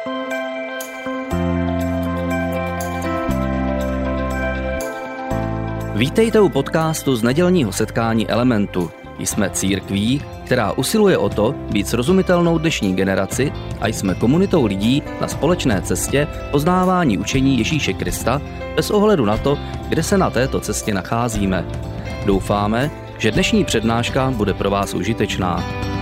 Vítejte u podcastu z nedělního setkání Elementu. Jsme církví, která usiluje o to být srozumitelnou dnešní generaci a jsme komunitou lidí na společné cestě poznávání učení Ježíše Krista bez ohledu na to, kde se na této cestě nacházíme. Doufáme, že dnešní přednáška bude pro vás užitečná.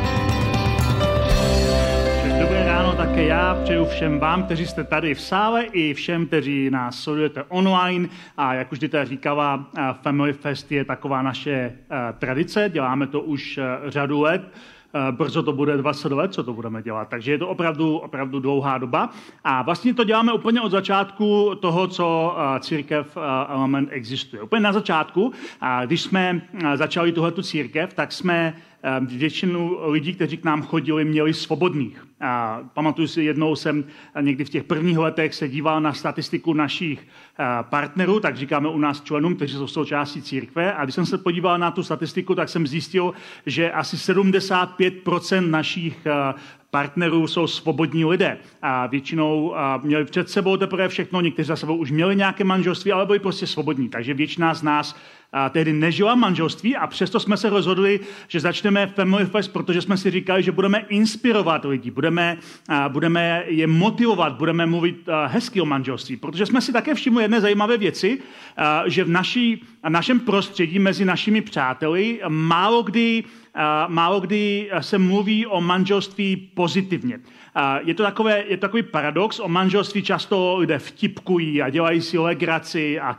Dobré ráno také já přeju všem vám, kteří jste tady v sále, i všem, kteří nás sledujete online. A jak už Dita říkala, Family Fest je taková naše tradice, děláme to už řadu let. Brzo to bude 20 let, co to budeme dělat. Takže je to opravdu dlouhá doba. A vlastně to děláme úplně od začátku toho, co církev Element existuje. Úplně na začátku, když jsme začali tuhletu církev, tak jsme většinu lidí, kteří k nám chodili, měli svobodných. Pamatuju si, jednou jsem někdy v těch prvních letech se díval na statistiku našich partnerů, tak říkáme u nás členům, kteří jsou součástí církve. A když jsem se podíval na tu statistiku, tak jsem zjistil, že asi 75% našich partnerů jsou svobodní lidé. A většinou měli před sebou teprve všechno, někteří za sebou už měli nějaké manželství, ale byli prostě svobodní. Takže většina z nás tehdy nežila manželství a přesto jsme se rozhodli, že začneme Family Fest, protože jsme si říkali, že budeme inspirovat lidi, budeme je motivovat, budeme mluvit hezky o manželství. Protože jsme si také všimli jedné zajímavé věci, že v našem prostředí mezi našimi přáteli málo kdy se mluví o manželství pozitivně. Je to takový paradox. O manželství často lidé vtipkují a dělají si legraci a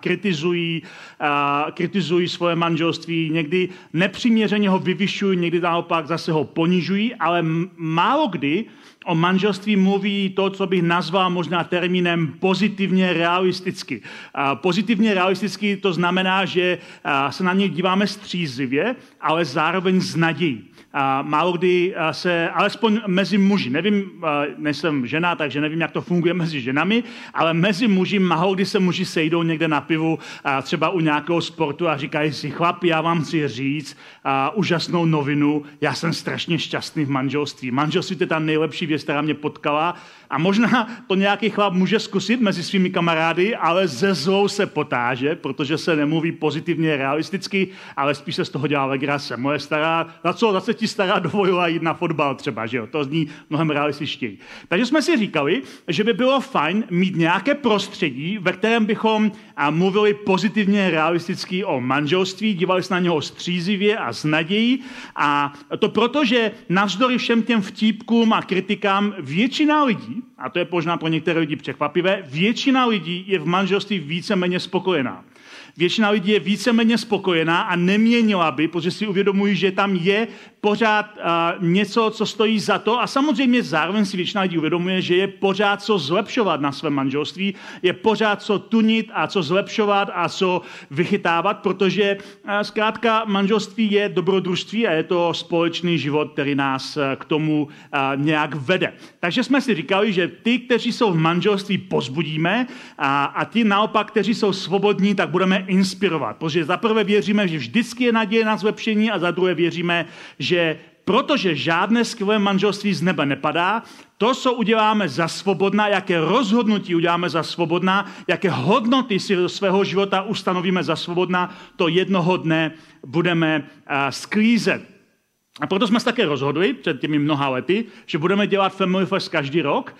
kritizují svoje manželství. Někdy nepřiměřeně ho vyvyšují, někdy naopak zase ho ponižují, ale málo kdy o manželství mluví to, co bych nazval možná termínem pozitivně realisticky. Pozitivně realisticky to znamená, že se na ně díváme střízlivě, ale zároveň s nadějí. Málo kdy se, alespoň mezi muži, nevím, nejsem žena, takže nevím, jak to funguje mezi ženami, ale mezi muži, málo kdy se muži sejdou někde na pivu, třeba u nějakého sportu a říkají si, chlapi, já vám chci říct úžasnou novinu, já jsem strašně šťastný v manželství. Manželství to je ta nejlepší věc, která mě potkala a možná to nějaký chlap může zkusit mezi svými kamarády, ale ze zlou se potáže, protože se nemluví pozitivně realisticky, ale spíš se z toho dělá legrace. Moje stará, zase ti stará dovolila jít na fotbal třeba, že jo? To zní mnohem realističtěji. Takže jsme si říkali, že by bylo fajn mít nějaké prostředí, ve kterém bychom mluvili pozitivně realisticky o manželství, dívali se na něho střízivě a s nadějí. A to proto, že navzdory všem těm vtípkům a kritikám většina lidí, a to je možná pro některé lidi překvapivé, většina lidí je v manželství víceméně spokojená. Většina lidí je víceméně spokojená a neměnila by, protože si uvědomují, že tam je pořád něco, co stojí za to a samozřejmě zároveň si většina lidí uvědomuje, že je pořád co zlepšovat na svém manželství, je pořád co tunit a co zlepšovat a co vychytávat, protože zkrátka manželství je dobrodružství a je to společný život, který nás k tomu nějak vede. Takže jsme si říkali, že ty, kteří jsou v manželství, pozbudíme a ty naopak, kteří jsou svobodní, tak budeme inspirovat. Protože za prvé věříme, že vždycky je naděje na zlepšení a za druhé věříme, že protože žádné skvělé manželství z nebe nepadá, to, co uděláme za svobodná, jaké rozhodnutí uděláme za svobodná, jaké hodnoty si do svého života ustanovíme za svobodná, to jednoho dne budeme sklízet. A proto jsme se také rozhodli před těmi mnoha lety, že budeme dělat Family Fest každý rok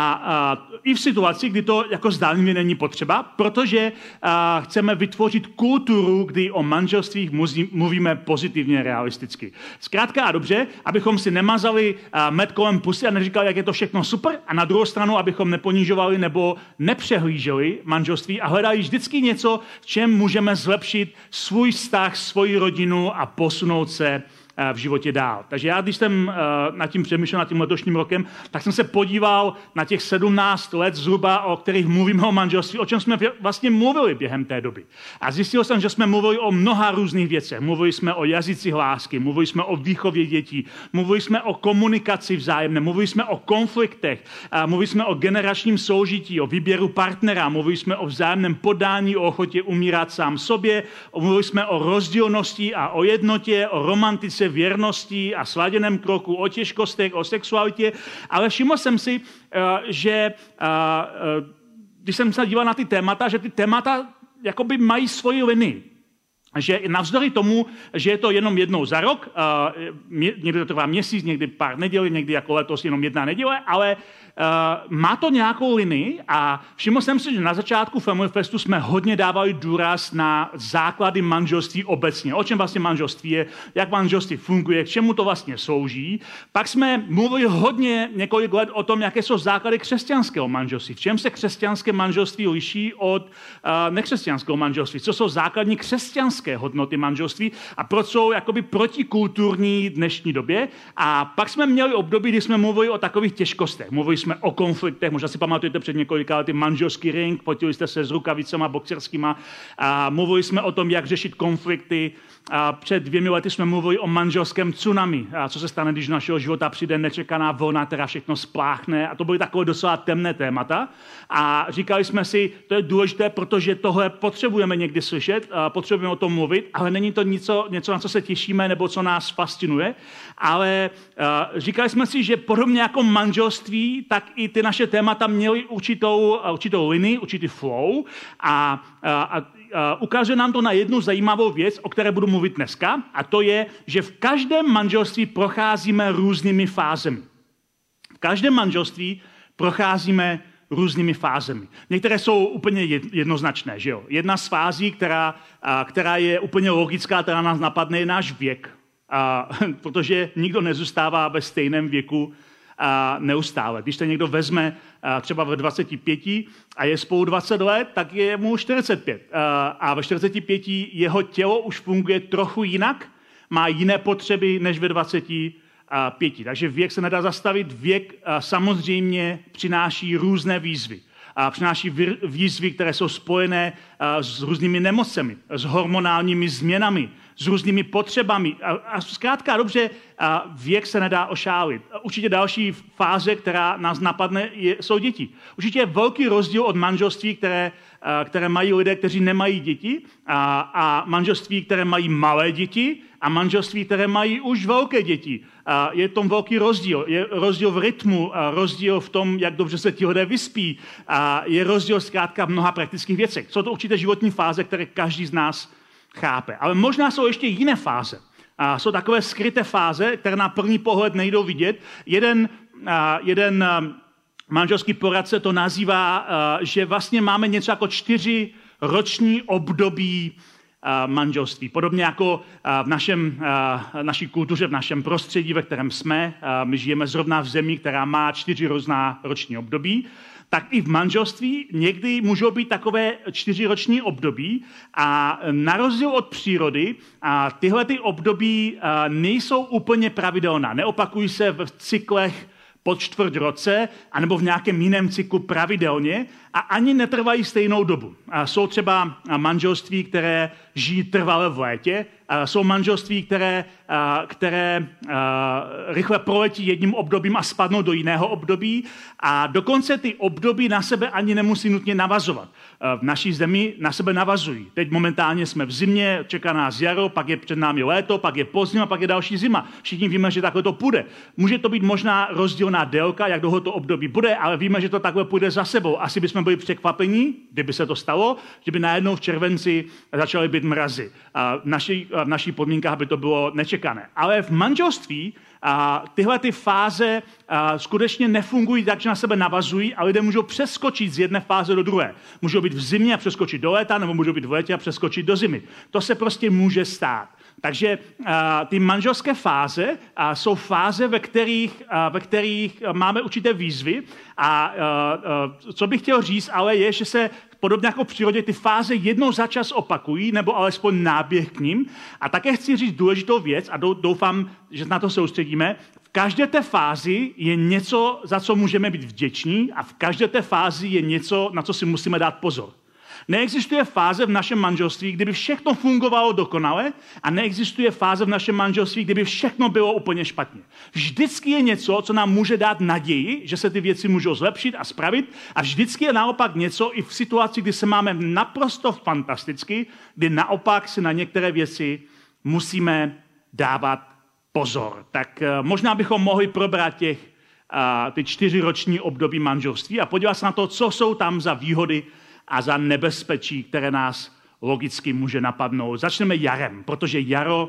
a i v situaci, kdy to jako zdánlivě není potřeba, protože chceme vytvořit kulturu, kdy o manželstvích mluvíme pozitivně realisticky. Zkrátka a dobře, abychom si nemazali med kolem pusy a neříkali, jak je to všechno super, a na druhou stranu, abychom neponižovali nebo nepřehlíželi manželství a hledali vždycky něco, v čem můžeme zlepšit svůj vztah, svoji rodinu a posunout se v životě dál. Takže já, když jsem nad tím přemýšlel, nad tím letošním rokem, tak jsem se podíval na těch 17 let zhruba, o kterých mluvíme o manželství, o čem jsme vlastně mluvili během té doby. A zjistil jsem, že jsme mluvili o mnoha různých věcech. Mluvili jsme o jazycích lásky, mluvili jsme o výchově dětí, mluvili jsme o komunikaci vzájemné, mluvili jsme o konfliktech, mluvili jsme o generačním soužití, o výběru partnera, mluvili jsme o vzájemném podání, o ochotě umírat sám sobě, mluvili jsme o rozdílnosti a o jednotě, o romantice, se věrnosti a sladěném kroku, o těžkostech, o sexualitě, ale všiml jsem si, že když jsem se díval na ty témata, že ty témata jakoby mají svoji linii. Že navzdory tomu, že je to jenom jednou za rok, někdy to trvá měsíc, někdy pár nedělí, někdy jako letos jenom jedna neděle, ale má to nějakou linii a všiml jsem si, že na začátku Family Festu jsme hodně dávali důraz na základy manželství obecně. O čem vlastně manželství je, jak manželství funguje, k čemu to vlastně slouží. Pak jsme mluvili hodně několik let o tom, jaké jsou základy křesťanského manželství. V čem se křesťanské manželství liší od nekřesťanského manželství. Co jsou základní křesťanské hodnoty manželství a proč jsou jakoby protikulturní dnešní době. A pak jsme měli období, kdy jsme mluvili o takových těžkostech. Mluvili jsme o konfliktech, možná si pamatujete před několika lety manželský ring, potili jste se s rukavicema boxerskýma a mluvili jsme o tom, jak řešit konflikty. A před 2 lety jsme mluvili o manželském tsunami. A co se stane, když do našeho života přijde nečekaná vlna, která všechno spláchne. A to byly takové docela temné témata. A říkali jsme si, to je důležité, protože tohle potřebujeme někdy slyšet, potřebujeme o tom mluvit, ale není to něco, na co se těšíme nebo co nás fascinuje. Ale říkali jsme si, že podobně jako manželství, tak i ty naše témata měly určitou linii, určitý flow a ukazuje nám to na jednu zajímavou věc, o které budu mluvit dneska, a to je, že v každém manželství procházíme různými fázemi. V každém manželství procházíme různými fázemi. Některé jsou úplně jednoznačné, že jo? Jedna z fází, která je úplně logická, která nás napadne, je náš věk. Protože nikdo nezůstává ve stejném věku neustále. Když se někdo vezme třeba ve 25 a je spolu 20 let, tak je mu 45. A ve 45 jeho tělo už funguje trochu jinak, má jiné potřeby než ve 25. Takže věk se nedá zastavit. Věk samozřejmě přináší různé výzvy. Přináší výzvy, které jsou spojené s různými nemocemi, s hormonálními změnami, s různými potřebami. A zkrátka dobře, věk se nedá ošálit. Určitě další fáze, která nás napadne, jsou děti. Určitě je velký rozdíl od manželství, které mají lidé, kteří nemají děti, a manželství, které mají malé děti, a manželství, které mají už velké děti. Je tom velký rozdíl. Je rozdíl v rytmu, rozdíl v tom, jak dobře se ti lidé vyspí. Je rozdíl zkrátka v mnoha praktických věcech. Jsou to určitě životní fáze, které každý z nás chápe. Ale možná jsou ještě jiné fáze. Jsou takové skryté fáze, které na první pohled nejdou vidět. Jeden manželský poradce to nazývá, že vlastně máme něco jako 4 roční období manželství. Podobně jako v naší kultuře, v našem prostředí, ve kterém jsme, my žijeme zrovna v zemi, která má 4 různá roční období, tak i v manželství někdy můžou být takové 4 roční období a na rozdíl od přírody tyhle ty období nejsou úplně pravidelná. Neopakují se v cyklech po 4 roce, anebo v nějakém jiném cyklu pravidelně a ani netrvají stejnou dobu. Jsou třeba manželství, které žijí trvale v létě, jsou manželství, které rychle proletí jedním obdobím a spadnou do jiného období a dokonce ty období na sebe ani nemusí nutně navazovat. V naší zemi na sebe navazují. Teď momentálně jsme v zimě, čeká nás jaro, pak je před námi léto, pak je pozdě a pak je další zima. Všichni víme, že takhle to půjde. Může to být možná rozdílná délka, jak dlouho to období bude, ale víme, že to takhle půjde za sebou. Asi bychom byli překvapení, kdyby se to stalo, že by najednou v červenci začaly být mrazy. V našich podmínkách by to bylo nečekané. Ale v manželství tyhle ty fáze skutečně nefungují tak, že na sebe navazují a lidé můžou přeskočit z jedné fáze do druhé. Můžou být v zimě a přeskočit do léta, nebo můžou být v létě a přeskočit do zimy. To se prostě může stát. Takže ty manželské fáze jsou fáze, ve kterých máme určité výzvy a co bych chtěl říct, ale je, že se podobně jako v přírodě ty fáze jednou za čas opakují, nebo alespoň náběh k ním. A také chci říct důležitou věc a doufám, že na to soustředíme. V každé té fázi je něco, za co můžeme být vděční a v každé té fázi je něco, na co si musíme dát pozor. Neexistuje fáze v našem manželství, kdyby všechno fungovalo dokonale a neexistuje fáze v našem manželství, kdyby všechno bylo úplně špatně. Vždycky je něco, co nám může dát naději, že se ty věci můžou zlepšit a spravit a vždycky je naopak něco i v situaci, kdy se máme naprosto fantasticky, kdy naopak si na některé věci musíme dávat pozor. Tak možná bychom mohli probrat ty 4roční období manželství a podívat se na to, co jsou tam za výhody a za nebezpečí, které nás logicky může napadnout. Začneme jarem, protože jaro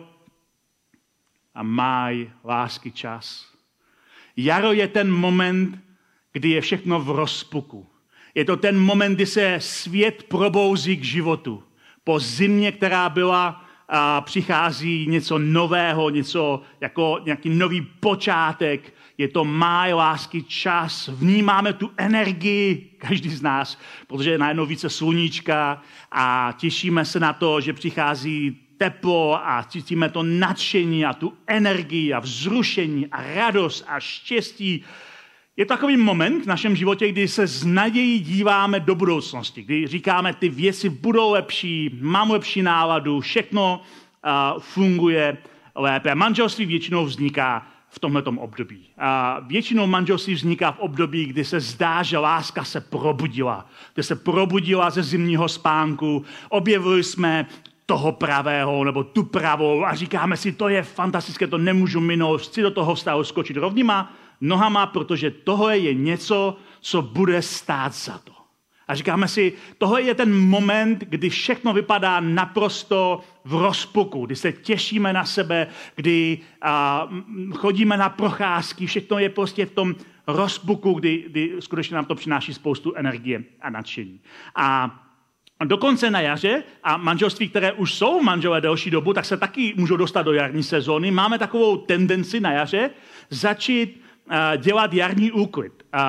a máj, lásky, čas. Jaro je ten moment, kdy je všechno v rozpuku. Je to ten moment, kdy se svět probouzí k životu. Po zimě, která byla, přichází něco nového, něco jako nějaký nový počátek. Je to máj, lásky, čas. Vnímáme tu energii, každý z nás, protože je najednou více sluníčka a těšíme se na to, že přichází teplo a cítíme to nadšení a tu energii a vzrušení a radost a štěstí. Je to takový moment v našem životě, kdy se s nadějí díváme do budoucnosti, kdy říkáme, ty věci budou lepší, mám lepší náladu, všechno funguje lépe. Manželství většinou vzniká v tomhletom období. Většinou manželství vzniká v období, kdy se zdá, že láska se probudila. Kdy se probudila ze zimního spánku, objevili jsme toho pravého nebo tu pravou a říkáme si, to je fantastické, to nemůžu minout, chci do toho vztahu skočit rovnýma nohama, protože tohle je něco, co bude stát za to. A říkáme si, tohle je ten moment, kdy všechno vypadá naprosto v rozpuku, kdy se těšíme na sebe, kdy chodíme na procházky, všechno je prostě v tom rozpuku, kdy skutečně nám to přináší spoustu energie a nadšení. A dokonce na jaře a manželství, které už jsou manželé delší dobu, tak se taky můžou dostat do jarní sezóny. Máme takovou tendenci na jaře začít dělat jarní úklid.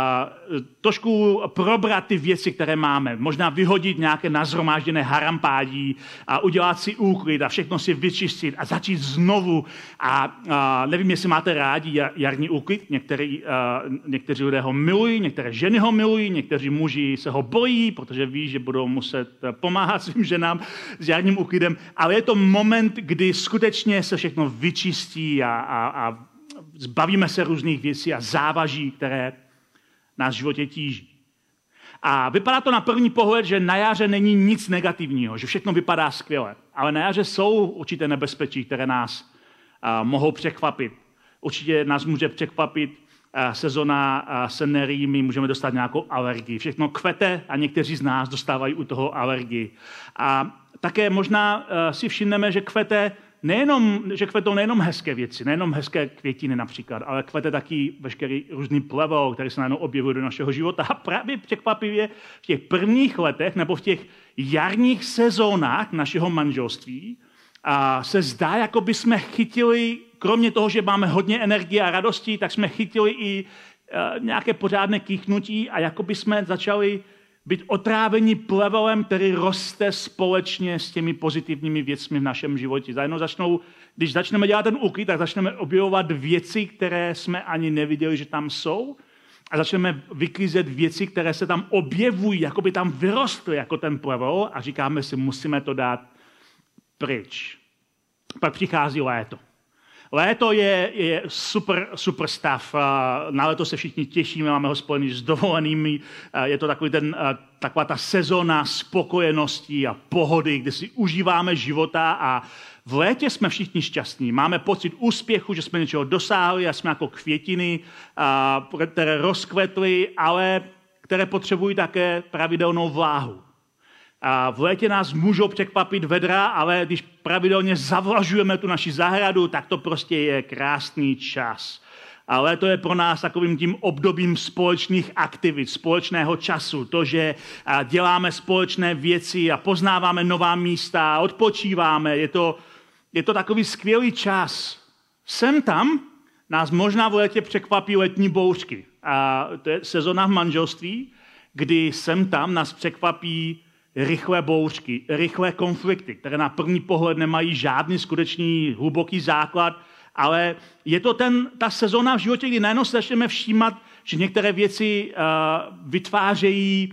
Trošku probrat ty věci, které máme. Možná vyhodit nějaké nazhromážděné harampádí a udělat si úklid a všechno si vyčistit a začít znovu. A nevím, jestli máte rádi jarní úklid. Někteří lidé ho milují, některé ženy ho milují, někteří muži se ho bojí, protože ví, že budou muset pomáhat svým ženám s jarním úklidem. Ale je to moment, kdy skutečně se všechno vyčistí a zbavíme se různých věcí a závaží, které nás v životě tíží. A vypadá to na první pohled, že na jaře není nic negativního, že všechno vypadá skvěle. Ale na jaře jsou určité nebezpečí, které nás mohou překvapit. Určitě nás může překvapit sezona senerí, my můžeme dostat nějakou alergii. Všechno kvete a někteří z nás dostávají u toho alergii. A také možná si všimneme, že kvetou nejenom hezké věci, nejenom hezké květiny například, ale kvete taky veškerý různý plevel, který se najednou objevují do našeho života. A právě překvapivě v těch prvních letech nebo v těch jarních sezónách našeho manželství se zdá, jako by jsme chytili, kromě toho, že máme hodně energie a radosti, tak jsme chytili i nějaké pořádné kýchnutí a jako by jsme začali být otráveni plevelem, který roste společně s těmi pozitivními věcmi v našem životě. Když začneme dělat ten úklid, tak začneme objevovat věci, které jsme ani neviděli, že tam jsou. A začneme vyklízet věci, které se tam objevují, jako by tam vyrostly jako ten plevel a říkáme si, musíme to dát pryč. Pak přichází léto. Léto je super stav. Na léto se všichni těšíme, máme ho spojený s dovolenými. Je to taková ta sezóna spokojenosti a pohody, kde si užíváme života a v létě jsme všichni šťastní. Máme pocit úspěchu, že jsme něčeho dosáhli a jsme jako květiny, které rozkvetly, ale které potřebují také pravidelnou vláhu. A v létě nás můžou překvapit vedra, ale když pravidelně zavlažujeme tu naši zahradu, tak to prostě je krásný čas. A léto je pro nás takovým tím obdobím společných aktivit, společného času. To, že děláme společné věci a poznáváme nová místa, odpočíváme. Je to takový skvělý čas. Sem tam nás možná v létě překvapí letní bouřky. A to je sezona v manželství, kdy sem tam nás překvapí rychlé bouřky, rychlé konflikty, které na první pohled nemají žádný skutečný hluboký základ, ale je to ta sezóna v životě, kdy najednou se začneme všímat, že některé věci vytvářejí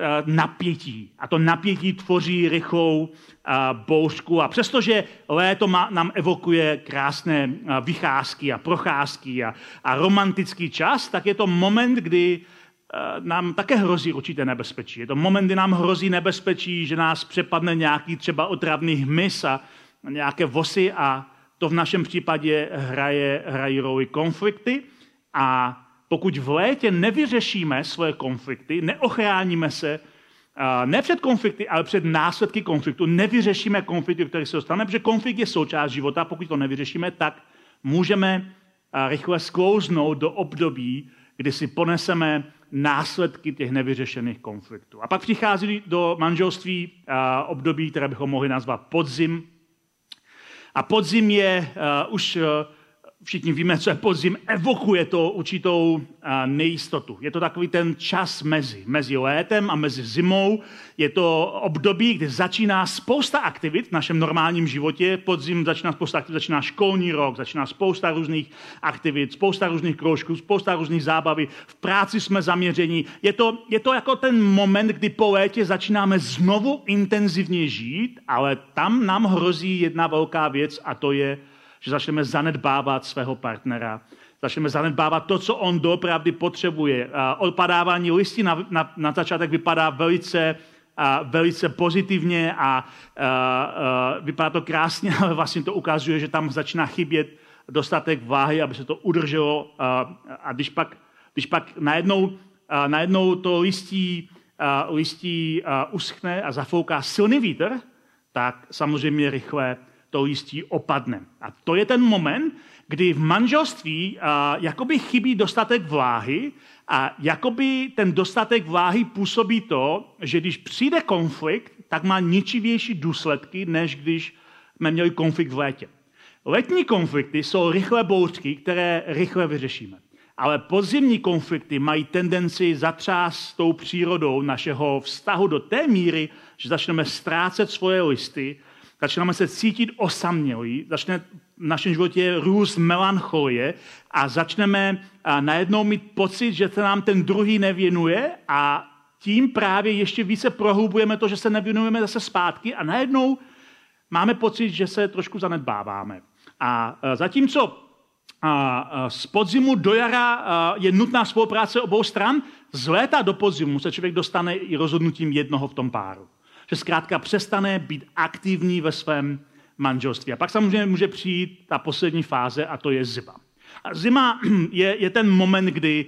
napětí. A to napětí tvoří rychlou bouřku. A přestože léto nám evokuje krásné vycházky a procházky a romantický čas, tak je to moment, kdy nám také hrozí určité nebezpečí. Je to moment, kdy nám hrozí nebezpečí, že nás přepadne nějaký třeba otravný hmyz a nějaké vosy a to v našem případě hrají roli konflikty a pokud v létě nevyřešíme svoje konflikty, neochráníme se, ne před konflikty, ale před následky konfliktu, nevyřešíme konflikty, které se dostaneme, protože konflikt je součást života, pokud to nevyřešíme, tak můžeme rychle sklouznout do období, kdy si poneseme následky těch nevyřešených konfliktů. A pak přichází do manželství období, které bychom mohli nazvat podzim. A podzim je už všichni víme, co je podzim, evokuje to určitou nejistotu. Je to takový ten čas mezi létem a mezi zimou. Je to období, kdy začíná spousta aktivit v našem normálním životě. Podzim začíná spousta aktivit, začíná školní rok, začíná spousta různých aktivit, spousta různých kroužků, spousta různých zábavy. V práci jsme zaměření. Je to jako ten moment, kdy po létě začínáme znovu intenzivně žít, ale tam nám hrozí jedna velká věc a to je, že začneme zanedbávat svého partnera, začneme zanedbávat to, co on doopravdy potřebuje. Odpadávání listí na začátek vypadá velice pozitivně a vypadá to krásně, ale vlastně to ukazuje, že tam začíná chybět dostatek váhy, aby se to udrželo. A když pak najednou to listí uschne a zafouká silný vítr, tak samozřejmě rychle to listí opadne. A to je ten moment, kdy v manželství jakoby chybí dostatek vláhy a jakoby ten dostatek vláhy působí to, že když přijde konflikt, tak má ničivější důsledky, než když jsme měli konflikt v létě. Letní konflikty jsou rychlé bouřky, které rychle vyřešíme. Ale podzimní konflikty mají tendenci zatřást tou přírodou našeho vztahu do té míry, že začneme ztrácet svoje listy, začneme se cítit osamělí, začne v našem životě růst melancholie a začneme najednou mít pocit, že se nám ten druhý nevěnuje a tím právě ještě více prohlubujeme to, že se nevěnujeme zase zpátky a najednou máme pocit, že se trošku zanedbáváme. A zatímco z podzimu do jara je nutná spolupráce obou stran, z léta do podzimu se člověk dostane i rozhodnutím jednoho v tom páru. Že zkrátka přestane být aktivní ve svém manželství. A pak samozřejmě může přijít ta poslední fáze a to je zima. A zima je ten moment, kdy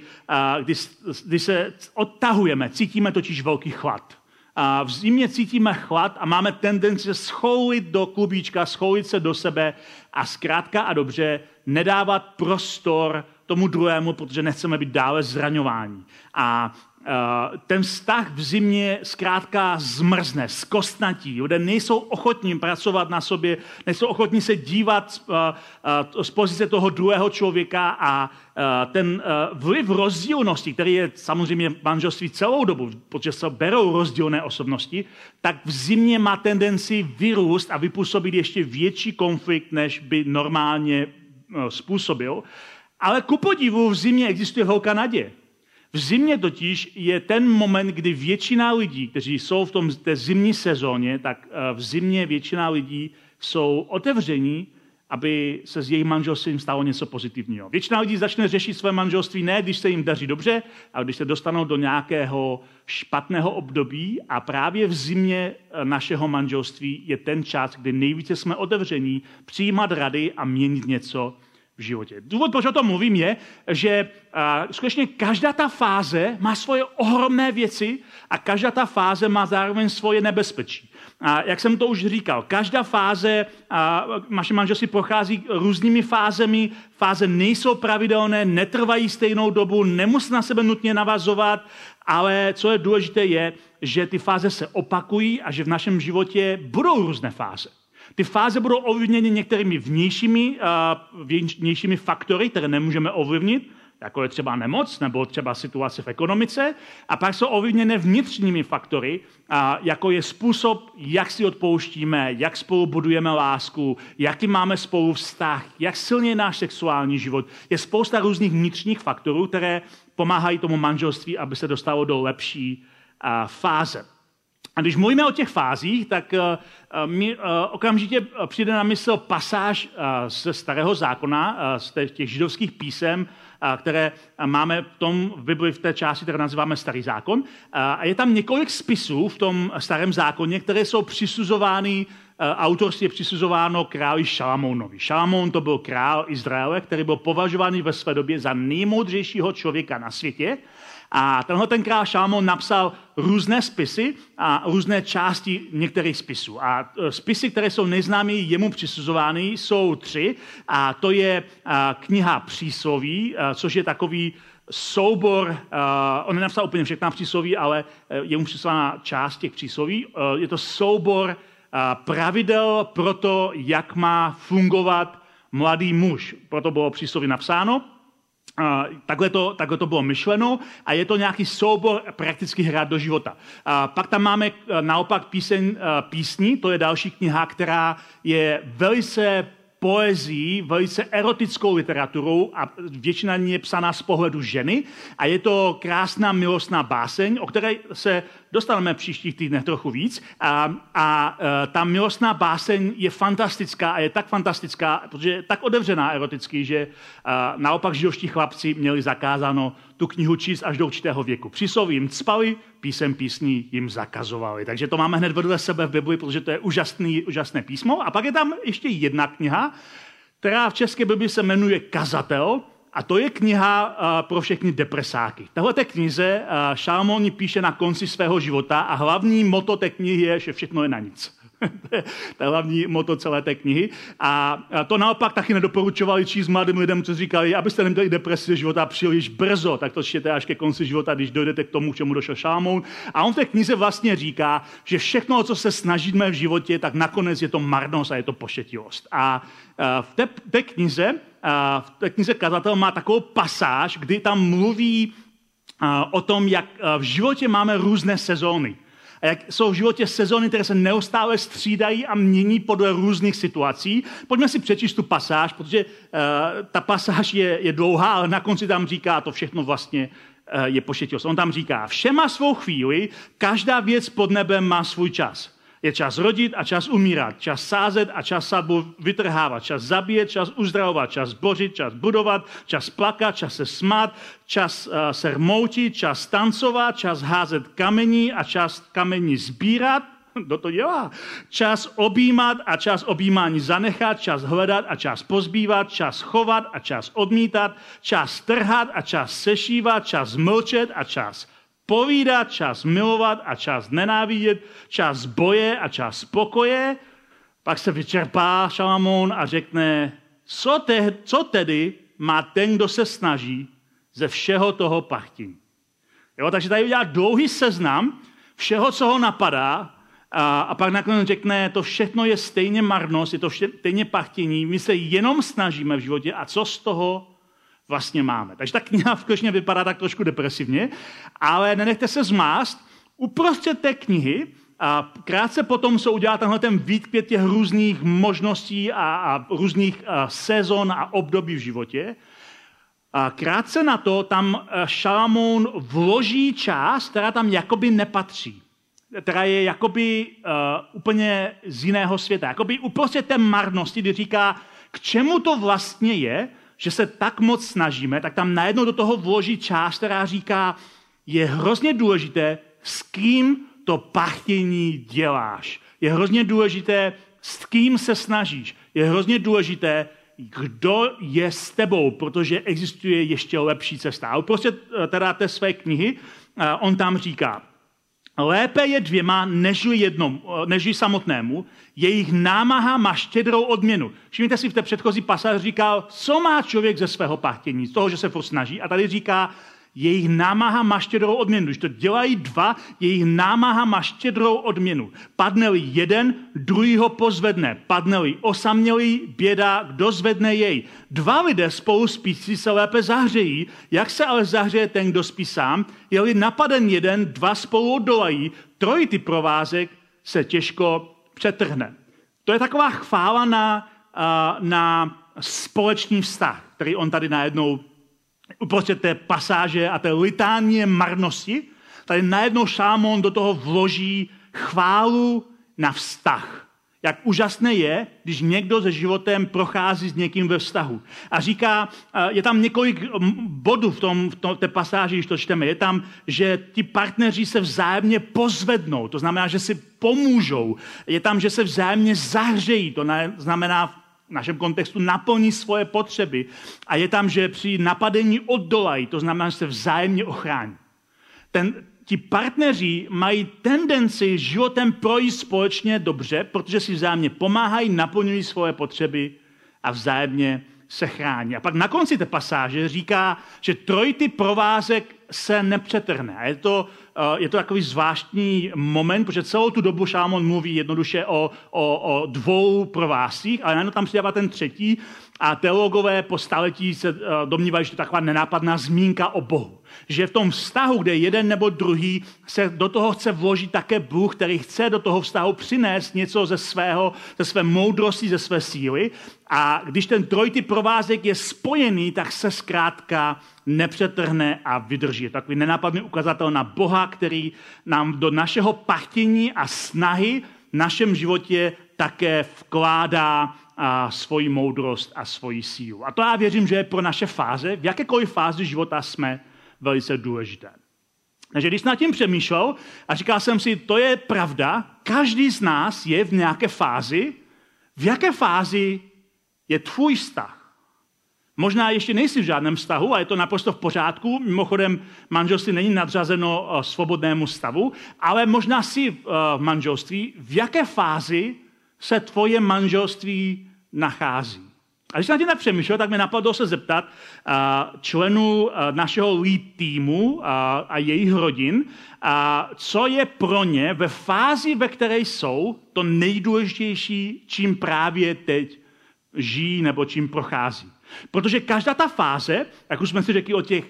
se odtahujeme, cítíme totiž velký chlad. A v zimě cítíme chlad a máme tendenci se schoulit do klubíčka, schoulit se do sebe a zkrátka a dobře nedávat prostor tomu druhému, protože nechceme být dále zraňováni. A ten vztah v zimě zkrátka zmrzne, zkostnatí. Lidé nejsou ochotní pracovat na sobě, nejsou ochotní se dívat z pozice toho druhého člověka a ten vliv rozdílnosti, který je samozřejmě v manželství celou dobu, protože se berou rozdílné osobnosti, tak v zimě má tendenci vyrůst a vypůsobit ještě větší konflikt, než by normálně způsobil. Ale ku podivu v zimě existuje velká naděje. V zimě totiž je ten moment, kdy většina lidí, kteří jsou v té zimní sezóně, tak v zimě většina lidí jsou otevření, aby se s jejich manželstvím stalo něco pozitivního. Většina lidí začne řešit své manželství ne, když se jim daří dobře, ale když se dostanou do nějakého špatného období a právě v zimě našeho manželství je ten čas, kdy nejvíce jsme otevření přijímat rady a měnit něco v životě. Důvod, proč o tom mluvím, je, že skutečně každá ta fáze má svoje ohromné věci a každá ta fáze má zároveň svoje nebezpečí. A jak jsem to už říkal, každá fáze, naše manželství prochází různými fázemi, fáze nejsou pravidelné, netrvají stejnou dobu, nemusí na sebe nutně navazovat, ale co je důležité je, že ty fáze se opakují a že v našem životě budou různé fáze. Ty fáze budou ovlivněny některými vnějšími faktory, které nemůžeme ovlivnit, jako je třeba nemoc nebo třeba situace v ekonomice, a pak jsou ovlivněny vnitřními faktory, jako je způsob, jak si odpouštíme, jak spolu budujeme lásku, jaký máme spolu vztah, jak silný je náš sexuální život. Je spousta různých vnitřních faktorů, které pomáhají tomu manželství, aby se dostalo do lepší fáze. A když mluvíme o těch fázích, tak mi okamžitě přijde na mysl pasáž ze Starého zákona, z těch židovských písem, které máme v Bibli v té části, kterou nazýváme Starý zákon. A je tam několik spisů v tom Starém zákoně, které jsou přisuzovány autorství je přisuzováno králi Šalamounovi. Šalamón to byl král Izraele, který byl považovaný ve své době za nejmoudřejšího člověka na světě. A tenhle ten král Šalamón napsal různé spisy a různé části některých spisů. A spisy, které jsou nejznáměji jemu přisuzovány, jsou 3. A to je kniha Přísloví, což je takový soubor, on nenapsal úplně všechna přísloví, ale je mu přisuzována část těch přísloví. Je to soubor pravidel pro to, jak má fungovat mladý muž. Proto bylo přísloví napsáno. Takhle to bylo myšleno a je to nějaký soubor praktických rad do života. Pak tam máme naopak písní, to je další kniha, která je velice poezí, velice erotickou literaturou a většina ní je psaná z pohledu ženy a je to krásná milostná báseň, o které se dostaneme v příštích týdnech trochu víc a ta milostná báseň je fantastická a je tak fantastická, protože je tak otevřená eroticky, že naopak židovští chlapci měli zakázáno tu knihu číst až do určitého věku. Přísloví jim cpali, písní jim zakazovali. Takže to máme hned vedle sebe v Bibli, protože to je úžasné písmo. A pak je tam ještě jedna kniha, která v české Bibli se jmenuje Kazatel, a to je kniha pro všechny depresáky. Tahle knize Šalamón píše na konci svého života a hlavní motto té knihy je, že všechno je na nic. To je hlavní motto celé té knihy. A to naopak taky nedoporučovali číst mladým lidem, co říkali, abyste neměli depresi života příliš brzo, tak to čtěte až ke konci života, když dojdete k tomu, k čemu došel Šalamón. A on v té knize vlastně říká, že všechno, o co se snažíme v životě, tak nakonec je to marnost a je to pošetilost. A v té knize Kazatel má takovou pasáž, kdy tam mluví o tom, jak v životě máme různé sezóny. A jak jsou v životě sezóny, které se neustále střídají a mění podle různých situací. Pojďme si přečíst tu pasáž, protože ta pasáž je dlouhá, ale na konci tam říká, to všechno vlastně je pošetilost. On tam říká, vše má svou chvíli, každá věc pod nebem má svůj čas. Je čas rodit a čas umírat, čas sázet a čas sadbu vytrhávat, čas zabíjet, čas uzdravovat, čas bořit, čas budovat, čas plakat, čas se smát, čas se rmoutit, čas tancovat, čas házet kamení a čas kamení sbírat. Kdo to dělá? Čas objímat a čas objímání zanechat, čas hledat a čas pozbývat, čas chovat a čas odmítat, čas trhat a čas sešívat, čas mlčet a čas povídat, čas milovat a čas nenávidět, čas boje a čas pokoje. Pak se vyčerpá Šalamón a řekne, co tedy má ten, kdo se snaží ze všeho toho pachtění. Takže tady udělá dlouhý seznam všeho, co ho napadá a pak nakonec řekne, to všechno je stejně marnost, je to stejně pachtění, my se jenom snažíme v životě a co z toho vlastně máme. Takže ta kniha skutečně vypadá tak trošku depresivně, ale nenechte se zmást. Uprostřed té knihy a krátce potom se udělá tenhle ten výtkvět těch různých možností a různých sezon a období v životě. A krátce na to tam Šalamón vloží část, která tam jakoby nepatří. Která je jakoby úplně z jiného světa. Jakoby uprostřed té marnosti, kdy říká, k čemu to vlastně je, že se tak moc snažíme, tak tam najednou do toho vloží část, která říká, je hrozně důležité, s kým to pachtění děláš. Je hrozně důležité, s kým se snažíš. Je hrozně důležité, kdo je s tebou, protože existuje ještě lepší cesta. A uprostřed teda té své knihy on tam říká, lépe je dvěma, nežli samotnému, jejich námaha má štědrou odměnu. Všimněte si, v té předchozí pasáži říkal, co má člověk ze svého pachtění, z toho, že se furt snaží. A tady říká, jejich námaha má štědrou odměnu. Když to dělají dva, jejich námaha má štědrou odměnu. Padne-li jeden, druhýho pozvedne. Padne-li osamělý, běda, kdo zvedne jej. Dva lidé spolu spící se lépe zahřejí, jak se ale zahřeje ten, kdo spí sám. Je-li napaden jeden, dva spolu oddolají, trojitý provázek se těžko přetrhne. To je taková chvála na společný vztah, který on tady najednou uprostřed té pasáže a té litánie marnosti, tady najednou Šalamón do toho vloží chválu na vztah. Jak úžasné je, když někdo se životem prochází s někým ve vztahu. A říká, je tam několik bodů v té pasáži, když to čteme. Je tam, že ti partneři se vzájemně pozvednou, to znamená, že si pomůžou. Je tam, že se vzájemně zahřejí, to znamená v našem kontextu naplní svoje potřeby. A je tam, že při napadení oddolají, to znamená, že se vzájemně ochrání. Ti partneři mají tendenci životem projít společně dobře, protože si vzájemně pomáhají, naplňují svoje potřeby a vzájemně se chrání. A pak na konci té pasáže říká, že trojitý provázek se nepřetrhne. A je to takový zvláštní moment, protože celou tu dobu Šalamón mluví jednoduše o dvou provázcích, ale najednou tam přidává ten třetí a teologové po staletí se domnívají, že to je taková nenápadná zmínka o Bohu. Že v tom vztahu, kde jeden nebo druhý se do toho chce vložit také Bůh, který chce do toho vztahu přinést něco ze své moudrosti, ze své síly. A když ten trojitý provázek je spojený, tak se zkrátka nepřetrhne a vydrží. Je takový nenápadný ukazatel na Boha, který nám do našeho pachtění a snahy v našem životě také vkládá svoji moudrost a svoji sílu. A to já věřím, že je pro naše fáze, v jakékoliv fázi života jsme, velice důležité. Takže když nad tím přemýšlel a říkal jsem si, to je pravda, každý z nás je v nějaké fázi. V jaké fázi je tvůj vztah? Možná ještě nejsi v žádném vztahu a je to naprosto v pořádku. Mimochodem, manželství není nadřazeno svobodnému stavu, ale možná jsi v manželství. V jaké fázi se tvoje manželství nachází? A když jsem na tím tak přemýšlel, tak mě napadlo se zeptat členů našeho lead týmu a jejich rodin, co je pro ně ve fázi, ve které jsou, to nejdůležitější, čím právě teď žijí nebo čím prochází. Protože každá ta fáze, jak už jsme si řekli o těch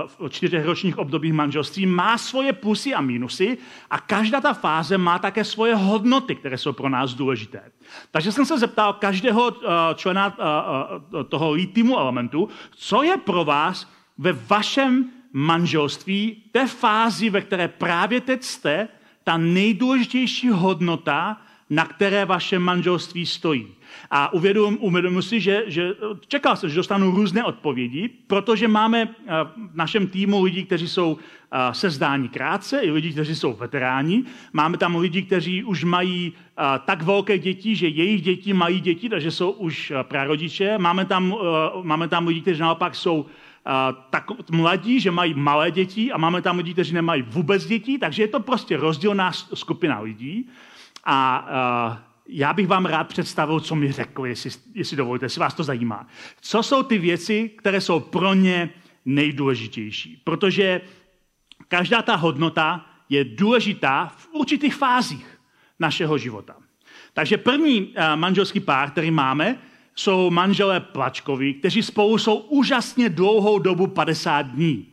4 ročních obdobích manželství, má svoje plusy a mínusy a každá ta fáze má také svoje hodnoty, které jsou pro nás důležité. Takže jsem se zeptal každého člena toho lead týmu Elementu, co je pro vás ve vašem manželství, té fázi, ve které právě teď jste, ta nejdůležitější hodnota, na které vaše manželství stojí. A uvědomuji si, že čekal jsem, že dostanu různé odpovědi, protože máme v našem týmu lidi, kteří jsou se vzdání krátce, i lidi, kteří jsou veteráni. Máme tam lidi, kteří už mají tak velké děti, že jejich děti mají děti, takže jsou už prarodiče. Máme tam lidi, kteří naopak jsou tak mladí, že mají malé děti a máme tam lidi, kteří nemají vůbec děti, takže je to prostě rozdílná skupina lidí. A já bych vám rád představil, co mi řekl, jestli dovolíte, jestli vás to zajímá. Co jsou ty věci, které jsou pro ně nejdůležitější? Protože každá ta hodnota je důležitá v určitých fázích našeho života. Takže první manželský pár, který máme, jsou manželé Plačkovi, kteří spolu jsou úžasně dlouhou dobu 50 dní.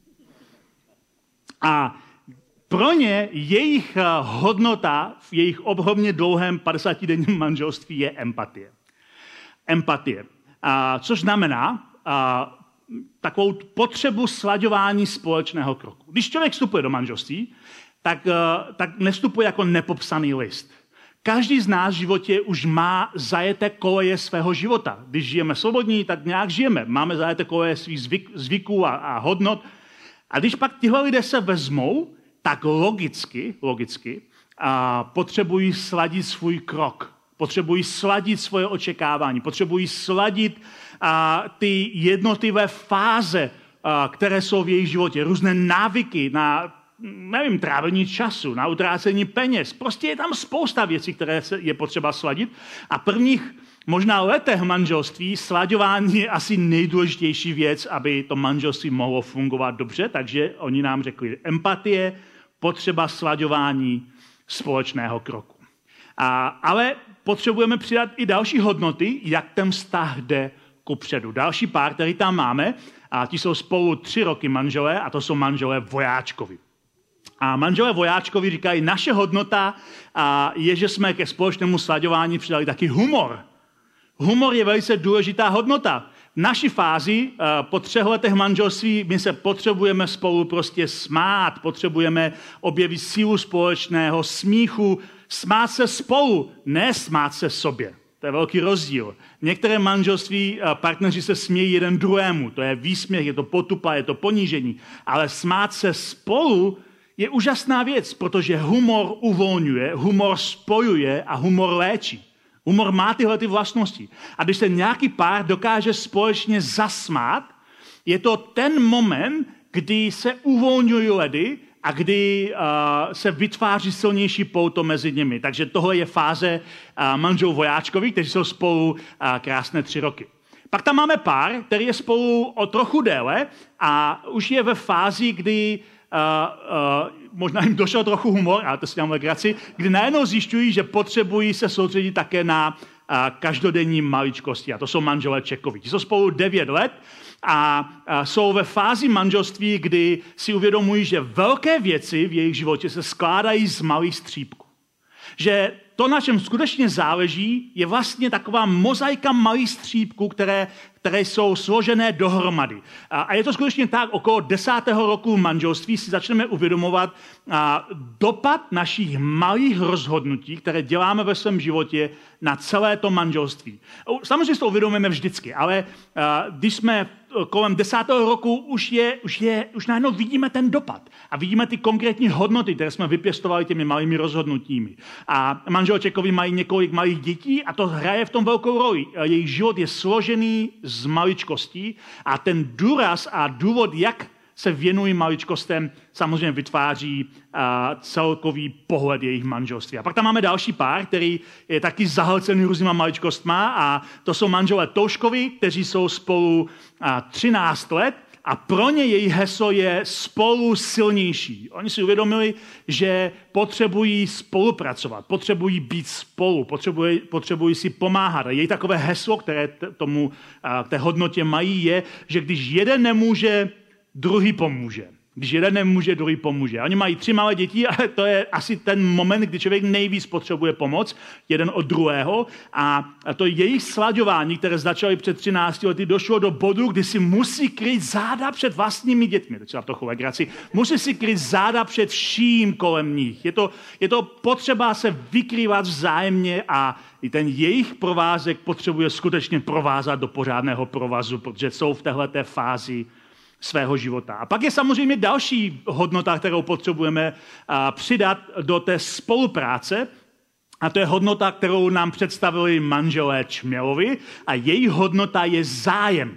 A pro ně jejich hodnota v jejich obrovně dlouhém 50denním manželství je empatie. Empatie. Což znamená takovou potřebu slaďování společného kroku. Když člověk vstupuje do manželství, tak nevstupuje jako nepopsaný list. Každý z nás v životě už má zajeté koleje svého života. Když žijeme svobodní, tak nějak žijeme. Máme zajeté koleje svých zvyků a hodnot. A když pak tyhle lidé se vezmou, tak logicky potřebují sladit svůj krok, potřebují sladit svoje očekávání, potřebují sladit ty jednotlivé fáze, které jsou v jejich životě, různé návyky na, trávení času, na utrácení peněz. Prostě je tam spousta věcí, které je potřeba sladit. A prvních možná letech manželství slaďování je asi nejdůležitější věc, aby to manželství mohlo fungovat dobře, takže oni nám řekli empatie, potřeba slaďování společného kroku. Ale potřebujeme přidat i další hodnoty, jak ten vztah jde kupředu. Další pár, který tam máme, a ti jsou spolu 3 roky manželé, a to jsou manželé Vojáčkovi. A manželé Vojáčkovi říkají, naše hodnota je, že jsme ke společnému slaďování přidali taky humor. Humor je velice důležitá hodnota. V naší fázi po 3 letech manželství my se potřebujeme spolu prostě smát, potřebujeme objevit sílu společného smíchu, Smát se spolu, ne smát se sobě. To je velký rozdíl. Některé manželství partneři se smějí jeden druhému. To je výsměch, je to potupa, je to ponížení. Ale smát se spolu je úžasná věc, protože humor uvolňuje, humor spojuje a humor léčí. Humor má tyhle vlastnosti. A když se nějaký pár dokáže společně zasmát, je to ten moment, kdy se uvolňují ledy a kdy se vytváří silnější pouto mezi nimi. Takže tohle je fáze manželů Vojáčkovi, kteří jsou spolu krásné 3 roky. Pak tam máme pár, který je spolu o trochu déle a už je ve fázi, kdy možná jim došel trochu humor, ale to si dám legraci, kdy najednou zjišťují, že potřebují se soustředit také na každodenní maličkosti. A to jsou manželé Čekovi. Ti jsou spolu 9 let a jsou ve fázi manželství, kdy si uvědomují, že velké věci v jejich životě se skládají z malých střípků. Že to, na čem skutečně záleží, je vlastně taková mozaika malých střípků, které jsou složené dohromady. A je to skutečně tak, okolo 10. roku manželství si začneme uvědomovat dopad našich malých rozhodnutí, které děláme ve svém životě na celé to manželství. Samozřejmě si to uvědomujeme vždycky, ale když jsme kolem 10. roku, už najednou vidíme ten dopad. A vidíme ty konkrétní hodnoty, které jsme vypěstovali těmi malými rozhodnutími. A manželé Čekovi mají několik malých dětí a to hraje v tom velkou roli. Jejich život je složený z maličkostí a ten důraz a důvod, jak se věnují maličkostem, samozřejmě vytváří celkový pohled jejich manželství. A pak tam máme další pár, který je taky zahlcený různýma maličkostma a to jsou manželé Touškovi, kteří jsou spolu 13 let a pro ně jejich heslo je spolu silnější. Oni si uvědomili, že potřebují spolupracovat, potřebují být spolu, potřebují si pomáhat. A její takové heslo, které k té hodnotě mají, je, že když jeden nemůže, druhý pomůže. Když jeden nemůže, druhý pomůže. A oni mají 3 malé děti, ale to je asi ten moment, kdy člověk nejvíc potřebuje pomoc, jeden od druhého. A to jejich slaďování, které začaly před 13 lety, došlo do bodu, kdy si musí kryt záda před vlastními dětmi. To je trochu legraci. Musí si kryt záda před vším kolem nich. Je to potřeba se vykrývat vzájemně a i ten jejich provázek potřebuje skutečně provázat do pořádného provazu, protože jsou v téhleté fázi svého života. A pak je samozřejmě další hodnota, kterou potřebujeme přidat do té spolupráce, a to je hodnota, kterou nám představili manželé Čmělovi a její hodnota je zájem.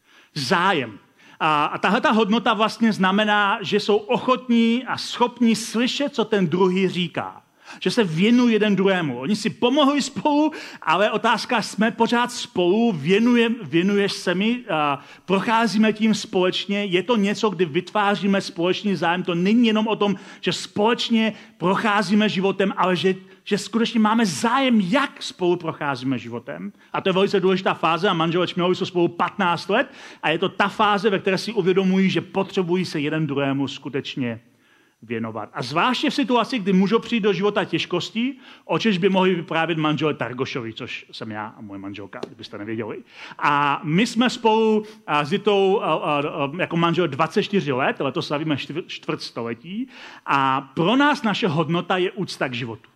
Zájem. A tahleta hodnota vlastně znamená, že jsou ochotní a schopní slyšet, co ten druhý říká. Že se věnují jeden druhému. Oni si pomohli spolu, ale otázka, jsme pořád spolu, věnuješ se mi, procházíme tím společně, je to něco, kdy vytváříme společný zájem. To není jenom o tom, že společně procházíme životem, ale že skutečně máme zájem, jak spolu procházíme životem. A to je velice důležitá fáze a manželé Čmělovi jsou spolu 15 let a je to ta fáze, ve které si uvědomují, že potřebují se jeden druhému skutečně věnovat. A zvláště v situaci, kdy můžou přijít do života těžkostí, o čemž by mohli vyprávět manželé Targošovi, což jsem já a moje manželka, kdybyste nevěděli. A my jsme spolu s Jitou jako manžel 24 let, letos slavíme čtvrtstoletí a pro nás naše hodnota je úcta k životu.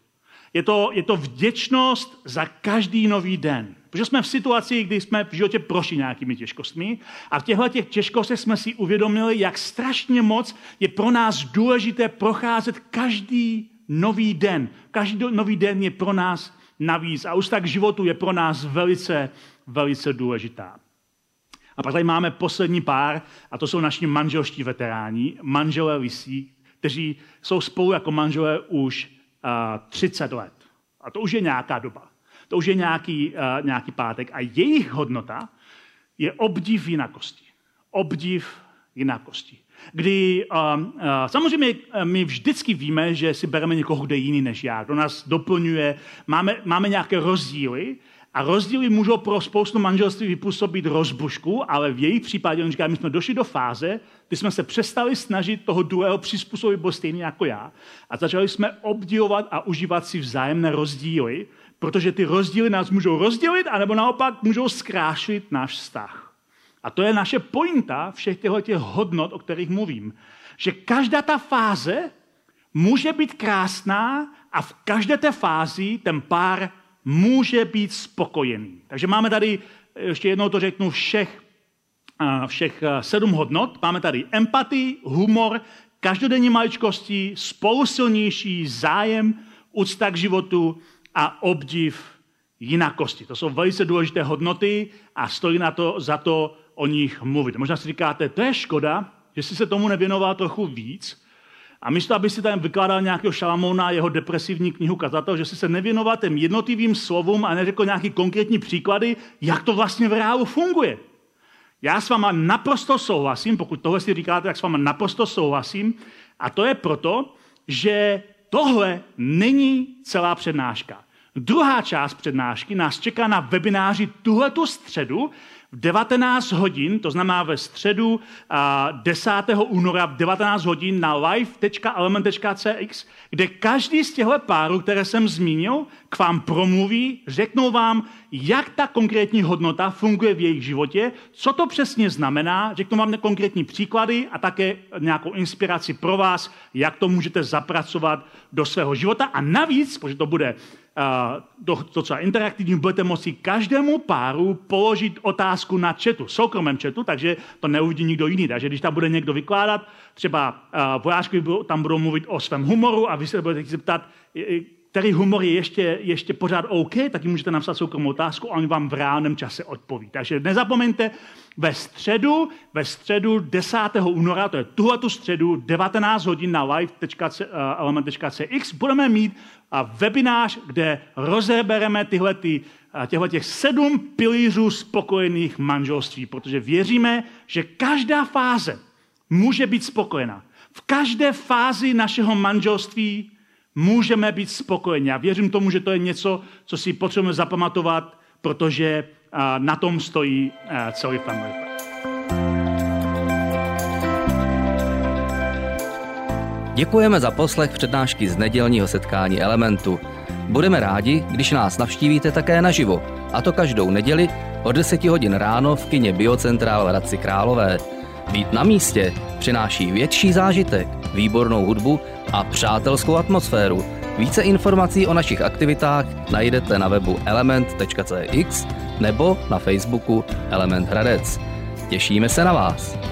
Je to vděčnost za každý nový den. Protože jsme v situaci, kdy jsme v životě prošli nějakými těžkostmi a v těchto těžkostech jsme si uvědomili, jak strašně moc je pro nás důležité procházet každý nový den. Každý nový den je pro nás navíc a úcta k životu je pro nás velice, velice důležitá. A pak tady máme poslední pár a to jsou naši manželští veteráni, manželé Lisí, kteří jsou spolu jako manželé už 30 let. A to už je nějaká doba. To už je nějaký pátek. A jejich hodnota je obdiv jinakosti. Obdiv jinakosti. Kdy samozřejmě my vždycky víme, že si bereme někoho, kdo je jiný než já. Kdo nás doplňuje. Máme nějaké rozdíly. A rozdíly můžou pro spoustu manželství vypůsobit rozbušku, ale v jejich případě, on říká, my jsme došli do fáze, kdy jsme se přestali snažit toho druhého přizpůsobit, byl stejný jako já. A začali jsme obdivovat a užívat si vzájemné rozdíly, protože ty rozdíly nás můžou rozdělit, anebo naopak můžou zkrášlit náš vztah. A to je naše pointa všech těchto hodnot, o kterých mluvím. Že každá ta fáze může být krásná a v každé té fázi ten pár může být spokojený. Takže máme tady, ještě jednou to řeknu, všech 7 hodnot. Máme tady empatii, humor, každodenní maličkosti, spolusilnější, zájem, úcta k životu a obdiv jinakosti. To jsou velice důležité hodnoty a stojí na to za to o nich mluvit. Možná si říkáte, to je škoda, že jsi se tomu nevěnoval trochu víc. A místo, aby si tam vykládal nějakého Šalamouna, jeho depresivní knihu Kazatel, že si se nevěnoval těm jednotlivým slovům a neřekl nějaký konkrétní příklady, jak to vlastně v reálu funguje. Já s váma naprosto souhlasím, pokud tohle si říkáte, tak s váma naprosto souhlasím. A to je proto, že tohle není celá přednáška. Druhá část přednášky nás čeká na webináři tuhletu středu v 19 hodin, to znamená ve středu 10. února v 19 hodin na live.element.cx, kde každý z těchto párů, které jsem zmínil, k vám promluví, řeknou vám, jak ta konkrétní hodnota funguje v jejich životě, co to přesně znamená, řeknou vám konkrétní příklady a také nějakou inspiraci pro vás, jak to můžete zapracovat do svého života. A navíc, protože to bude docela interaktivní, budete moci každému páru položit otázku na chatu, soukromém chatu, takže to neuvidí nikdo jiný. Takže když tam bude někdo vykládat, třeba vojáčky tam budou mluvit o svém humoru a vy se budete zeptat, který humor je ještě pořád OK, tak jim můžete napsat soukromou otázku a oni vám v reálném čase odpoví. Takže nezapomeňte, ve středu 10. února, to je tuhletu středu, 19 hodin na live.element.cx, budeme mít webinář, kde rozebereme těch 7 pilířů spokojených manželství, protože věříme, že každá fáze může být spokojená. V každé fázi našeho manželství můžeme být spokojeni. Já věřím tomu, že to je něco, co si potřebujeme zapamatovat, protože na tom stojí celý Family First. Děkujeme za poslech přednášky z nedělního setkání Elementu. Budeme rádi, když nás navštívíte také naživo, a to každou neděli od 10 hodin ráno v kině Biocentral v Hradci Králové. Být na místě přináší větší zážitek, výbornou hudbu a přátelskou atmosféru. Více informací o našich aktivitách najdete na webu element.cx nebo na Facebooku Element Hradec. Těšíme se na vás.